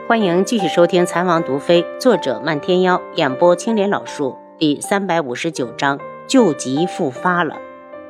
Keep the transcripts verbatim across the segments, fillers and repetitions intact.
欢迎继续收听《残王毒妃》，作者漫天妖，演播青莲老树，第三百五十九章，旧疾复发了。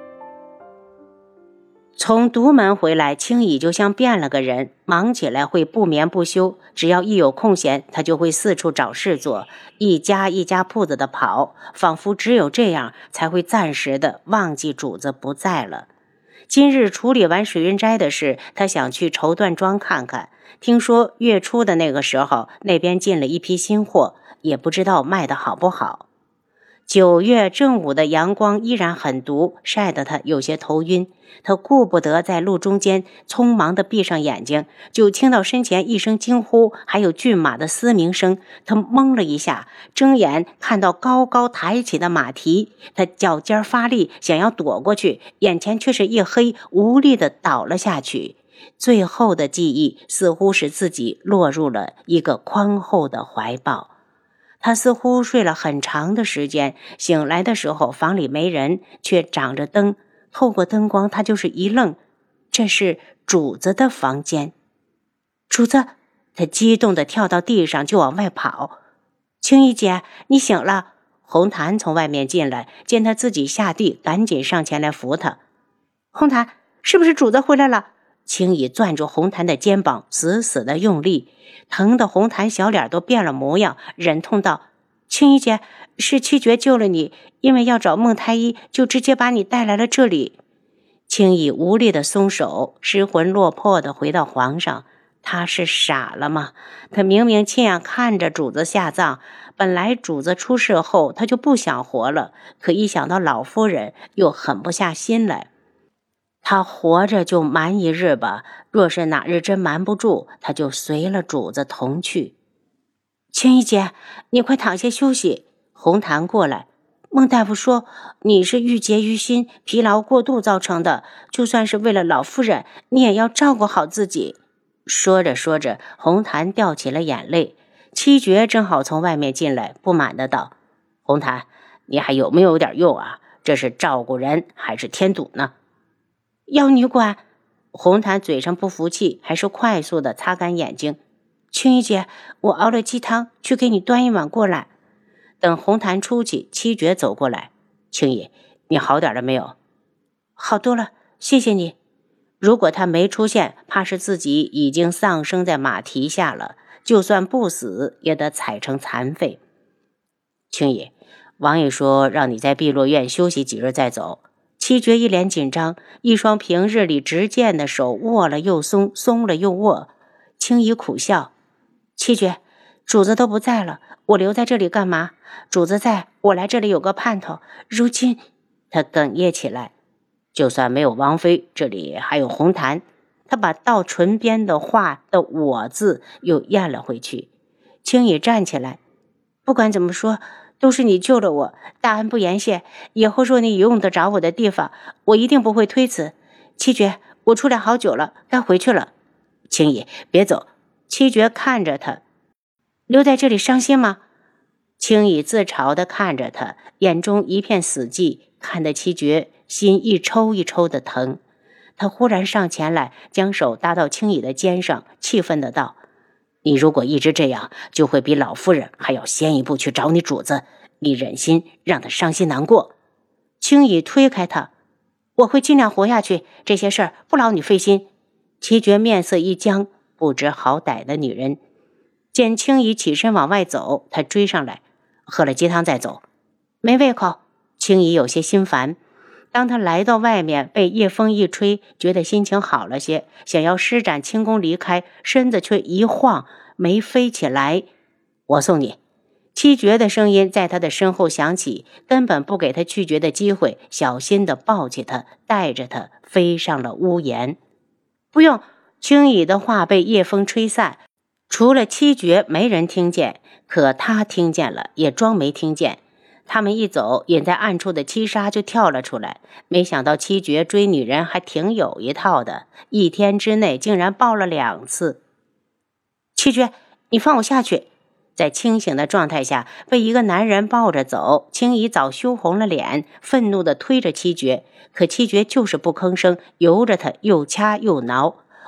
从独门回来，青羽就像变了个人，忙起来会不眠不休，只要一有空闲，他就会四处找事做，一家一家铺子的跑，仿佛只有这样才会暂时的忘记主子不在了。今日处理完水云斋的事，他想去绸缎庄看看，听说月初的那个时候，那边进了一批新货，也不知道卖得好不好。九月正午的阳光依然很毒，晒得他有些头晕。他顾不得在路中间匆忙地闭上眼睛，就听到身前一声惊呼，还有骏马的嘶鸣声。他懵了一下，睁眼看到高高抬起的马蹄，他脚尖发力，想要躲过去，眼前却是一黑，无力地倒了下去。最后的记忆似乎使自己落入了一个宽厚的怀抱。他似乎睡了很长的时间，醒来的时候房里没人，却长着灯，透过灯光他就是一愣，这是主子的房间。主子，他激动地跳到地上就往外跑。青衣姐，你醒了。红檀从外面进来，见他自己下地，赶紧上前来扶他。红檀，是不是主子回来了？青衣攥住红檀的肩膀，死死地用力，疼得红檀小脸都变了模样，忍痛道：青衣姐，是七绝救了你，因为要找孟太医，就直接把你带来了这里。青衣无力地松手，失魂落魄地回到皇上。他是傻了吗？他明明亲眼看着主子下葬，本来主子出事后他就不想活了，可一想到老夫人，又狠不下心来。他活着就瞒一日吧，若是哪日真瞒不住，他就随了主子同去。青衣姐，你快躺下休息。红檀过来，孟大夫说你是郁结于心，疲劳过度造成的，就算是为了老夫人，你也要照顾好自己。说着说着，红檀掉起了眼泪。七绝正好从外面进来，不满的道：红檀，你还有没有点用啊？这是照顾人还是添堵呢？要你管。红檀嘴上不服气，还是快速的擦干眼睛。青衣姐，我熬了鸡汤，去给你端一碗过来。等红檀出去，七绝走过来。青衣，你好点了没有？好多了，谢谢你。如果他没出现，怕是自己已经丧生在马蹄下了，就算不死也得踩成残废。青衣，王爷说让你在碧落院休息几日再走。七绝一脸紧张，一双平日里执剑的手握了又松，松了又握。青衣苦笑：七绝，主子都不在了，我留在这里干嘛？主子在，我来这里有个盼头，如今……他哽咽起来。就算没有王妃，这里还有红檀。他把到唇边的话的我字又咽了回去。青衣站起来：不管怎么说，都是你救了我，大恩不言谢，以后若你有用得着我的地方，我一定不会推辞。七绝，我出来好久了，该回去了。青衣，别走。七绝看着他：留在这里伤心吗？青衣自嘲地看着他，眼中一片死寂，看得七绝心一抽一抽的疼。他忽然上前来，将手搭到青衣的肩上，气愤地道：你如果一直这样，就会比老夫人还要先一步去找你主子，你忍心让他伤心难过？青衣推开他：我会尽量活下去，这些事儿不劳你费心。七绝面色一僵，不知好歹的女人。见青衣起身往外走，他追上来：喝了鸡汤再走。没胃口。青衣有些心烦。当他来到外面，被夜风一吹，觉得心情好了些，想要施展轻功离开，身子却一晃没飞起来。我送你。七绝的声音在他的身后响起，根本不给他拒绝的机会，小心地抱起他，带着他飞上了屋檐。不用。青衣的话被夜风吹散，除了七绝没人听见，可他听见了，也装没听见。他们一走，隐在暗处的七杀就跳了出来。没想到七绝追女人还挺有一套的，一天之内竟然抱了两次。七绝，你放我下去。在清醒的状态下被一个男人抱着走，青衣早羞红了脸，愤怒地推着七绝，可七绝就是不吭声，由着他又掐又挠。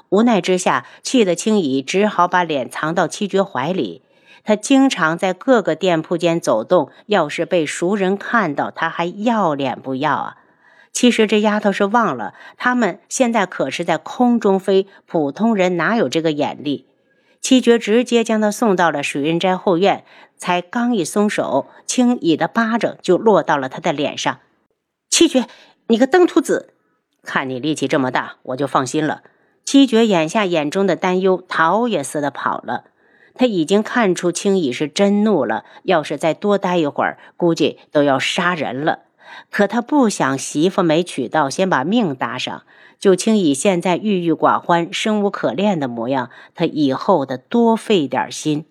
无奈之下，气得青乙只好把脸藏到七绝怀里。他经常在各个店铺间走动，要是被熟人看到，他还要脸不要啊？其实这丫头是忘了，他们现在可是在空中飞，普通人哪有这个眼力？七绝直接将他送到了水云斋后院，才刚一松手，青乙的巴掌就落到了他的脸上。七绝，你个登徒子！看你力气这么大，我就放心了。七绝眼下眼中的担忧逃也似的跑了。他已经看出青乙是真怒了，要是再多待一会儿，估计都要杀人了。可他不想媳妇没娶到，先把命搭上。就青乙现在郁郁寡欢、生无可恋的模样，他以后的多费点心。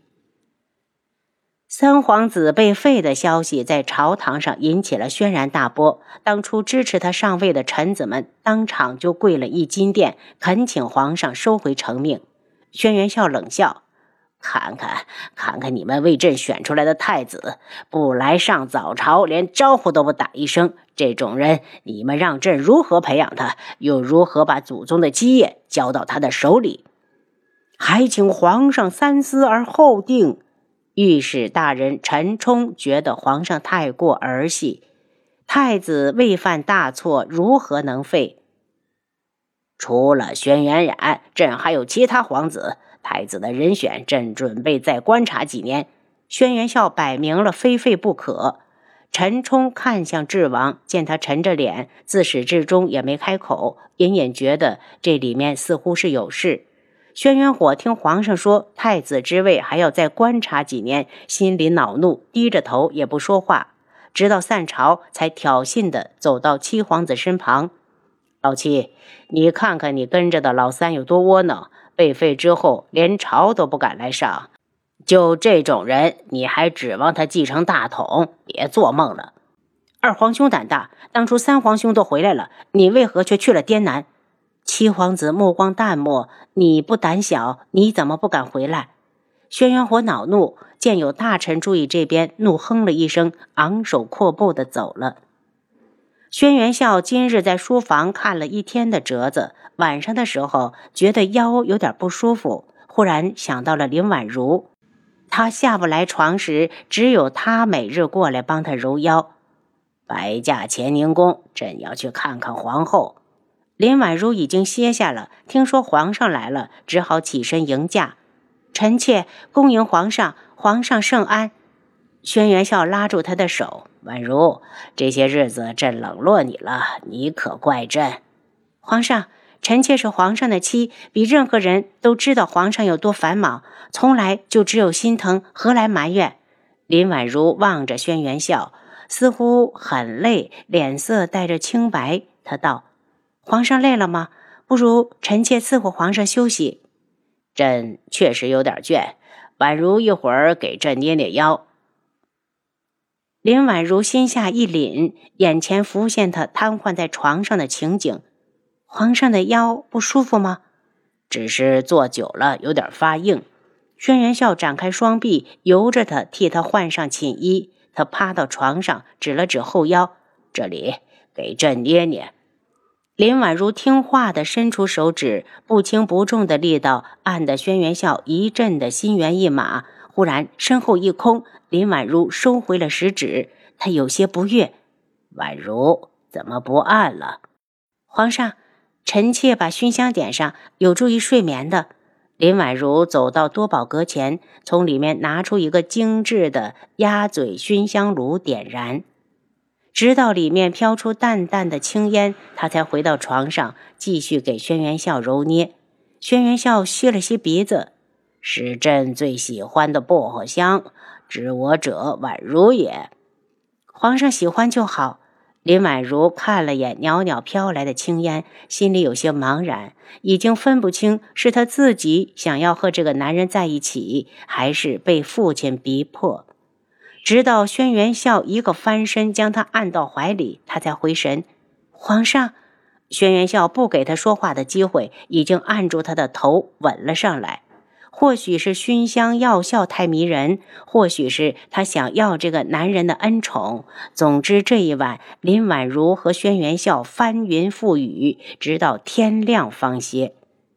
三皇子被废的消息在朝堂上引起了轩然大波，当初支持他上位的臣子们当场就跪了一金殿，恳请皇上收回成命。轩辕笑冷笑，看看看看你们为朕选出来的太子，不来上早朝，连招呼都不打一声，这种人你们让朕如何培养他，又如何把祖宗的基业交到他的手里？还请皇上三思而后定。御史大人陈冲觉得皇上太过儿戏，太子未犯大错，如何能废？除了轩辕染，朕还有其他皇子，太子的人选朕准备再观察几年。轩辕笑摆明了非废不可。陈冲看向智王，见他沉着脸，自始至终也没开口，隐隐觉得这里面似乎是有事。轩辕火听皇上说太子之位还要再观察几年，心里恼怒，低着头也不说话，直到散朝才挑衅地走到七皇子身旁。老七，你看看你跟着的老三有多窝囊，被废之后连朝都不敢来上，就这种人你还指望他继承大统？别做梦了。二皇兄胆大，当初三皇兄都回来了，你为何却去了滇南？七皇子目光淡漠，你不胆小，你怎么不敢回来？轩辕火恼怒，见有大臣注意这边，怒哼了一声，昂首阔步地走了。轩辕笑今日在书房看了一天的折子，晚上的时候觉得腰有点不舒服，忽然想到了林婉如。他下不来床时，只有他每日过来帮他揉腰。白驾乾宁宫，朕要去看看皇后。林婉如已经歇下了，听说皇上来了，只好起身迎驾。臣妾恭迎皇上，皇上圣安。轩辕笑拉住他的手，婉如，这些日子朕冷落你了，你可怪朕。皇上，臣妾是皇上的妻，比任何人都知道皇上有多繁忙，从来就只有心疼，何来埋怨？林婉如望着轩辕笑，似乎很累，脸色带着清白。她道，皇上累了吗？不如臣妾伺候皇上休息。朕确实有点倦，婉如一会儿给朕捏捏腰。林婉如心下一凛，眼前浮现她瘫痪在床上的情景。皇上的腰不舒服吗？只是坐久了有点发硬。轩辕笑展开双臂，由着他替他换上寝衣。他趴到床上，指了指后腰，这里给朕捏捏。林婉如听话地伸出手指，不轻不重的力道按得轩辕笑一阵的心猿意马。忽然身后一空，林婉如收回了食指，她有些不悦。婉如怎么不按了？皇上，臣妾把熏香点上，有助于睡眠的。林婉如走到多宝阁前，从里面拿出一个精致的鸭嘴熏香炉，点燃。直到里面飘出淡淡的青烟，他才回到床上，继续给轩辕笑揉捏。轩辕笑吸了吸鼻子，是朕最喜欢的薄荷香，知我者婉如也。皇上喜欢就好。林婉如看了眼袅袅飘来的青烟，心里有些茫然，已经分不清是他自己想要和这个男人在一起，还是被父亲逼迫。直到轩辕笑一个翻身将他按到怀里，他才回神。皇上，轩辕笑不给他说话的机会，已经按住他的头吻了上来。或许是熏香药效太迷人，或许是他想要这个男人的恩宠。总之这一晚，林婉如和轩辕笑翻云覆雨，直到天亮方歇。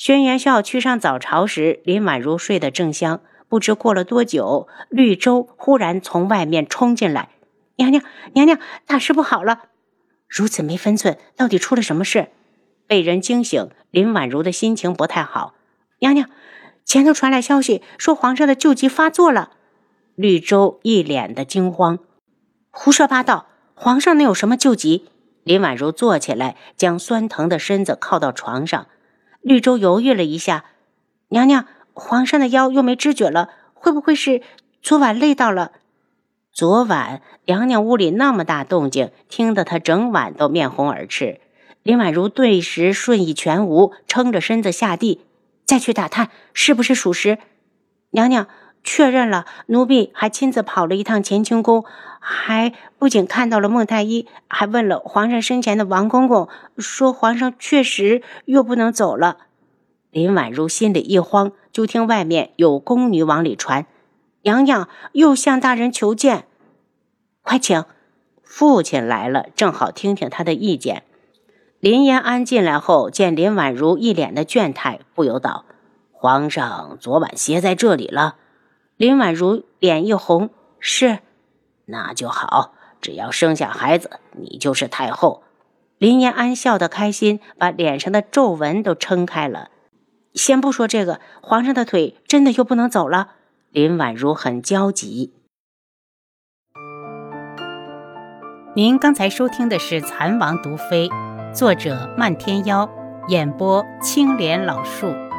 轩辕笑去上早朝时，林婉如睡得正香，不知过了多久，绿洲忽然从外面冲进来：“娘娘，娘娘，大事不好了！”如此没分寸，到底出了什么事？被人惊醒，林婉如的心情不太好。娘娘，前头传来消息，说皇上的旧疾发作了。绿洲一脸的惊慌。胡说八道，皇上能有什么旧疾？林婉如坐起来，将酸疼的身子靠到床上。绿洲犹豫了一下：“娘娘，皇上的腰又没知觉了，会不会是昨晚累到了？”昨晚娘娘屋里那么大动静，听得她整晚都面红耳赤。林婉如顿时顺意全无，撑着身子下地：“再去打探，是不是属实？”娘娘，确认了，奴婢还亲自跑了一趟乾清宫，还不仅看到了孟太医，还问了皇上生前的王公公，说皇上确实又不能走了。林婉如心里一慌，就听外面有宫女往里传：“娘娘又向大人求见。”快请。父亲来了，正好听听他的意见。林延安进来后，见林婉如一脸的倦态，不由道：“皇上昨晚歇在这里了。”林婉如脸一红：“是。”“那就好，只要生下孩子，你就是太后。”林延安笑得开心，把脸上的皱纹都撑开了。“先不说这个，皇上的腿真的又不能走了。”林婉如很焦急。 您刚才收听的是《蚕王毒妃》，作者漫天妖，演播青莲老树。